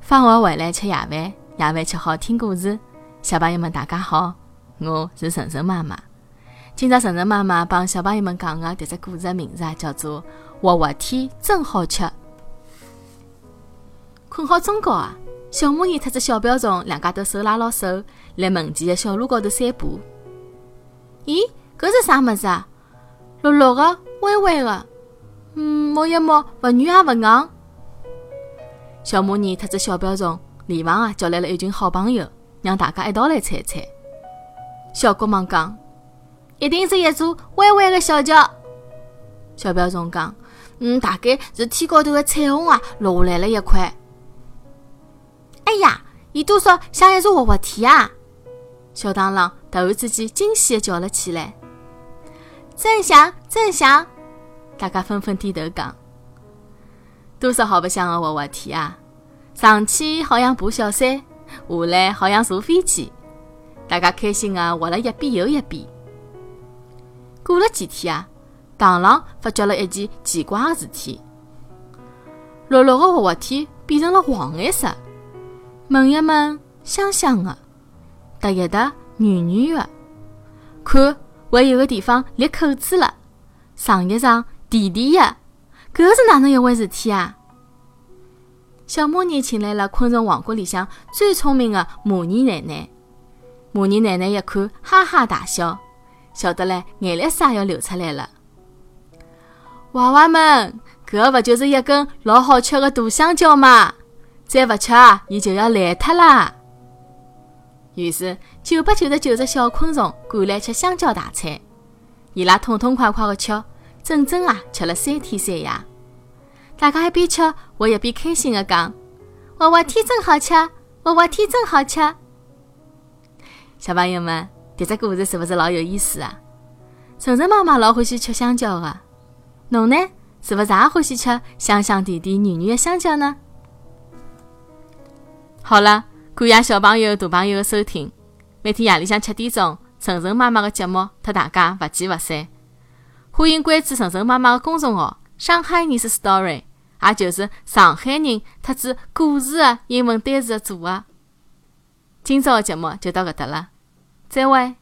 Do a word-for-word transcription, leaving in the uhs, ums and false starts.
放学回来吃夜饭，夜饭吃好听故事。小朋友们大家好，我是晨晨妈妈。今朝晨晨妈妈帮小朋友们讲的迭只故事的名字叫做活活天真好吃。困好中觉啊，小蚂蚁特只小瓢虫两家头手拉牢手，辣门前的小路高头散步。咦，搿是啥物事啊？绿绿的，微微的，嗯，摸一摸，勿软也勿硬。小蚂蚁特只小瓢虫连忙啊叫来了一群好朋友，让大家一道来猜猜。小国忙讲，一定是一座微微的小桥。小瓢虫讲，嗯，大概是天高头的彩虹啊落下来了一块。哎呀，伊多少像一座活活天啊！小螳螂突然之间惊喜地叫了起来。真像，真像！大家纷纷点头讲。多少好不像个活活天啊！上去好像爬小山，下来好像坐飞机，大家开心啊活了一遍又一遍。过了几天啊，螳螂发觉了一件奇怪的事体：绿绿的活活天变成了黄颜色，闻一闻香香的，搭一搭软软的，看还有个地方裂口子了，上一上甜甜的，搿是哪能一回事体啊？小蚂蚁请来了昆虫王国里向最聪明的蚂蚁奶奶。蚂蚁奶奶一看，哈哈大笑，笑得来眼泪水要流出来了。娃娃们，搿勿就是一根老好吃的大香蕉吗？再勿吃啊，伊就要烂脱啦。于是九百九十九只小昆虫赶来吃香蕉大餐，伊拉痛痛快快的吃，整整啊吃了三天三夜。大家一边吃，还一边开心的讲：活活天真好吃，活活天真好吃。小朋友们，这只故事是不是老有意思啊？晨晨妈妈老欢喜吃香蕉的，侬呢，是不是也欢喜吃香香甜甜软软的香蕉呢？好了，感谢小朋友大朋友的收听。每天夜里向七点钟，晨晨妈妈的节目和大家不见不散。欢迎关注晨晨妈妈的公众号上海人是 story， 也就是上海人特指故事的英文单词的组合。今朝的节目就到搿搭了，再会。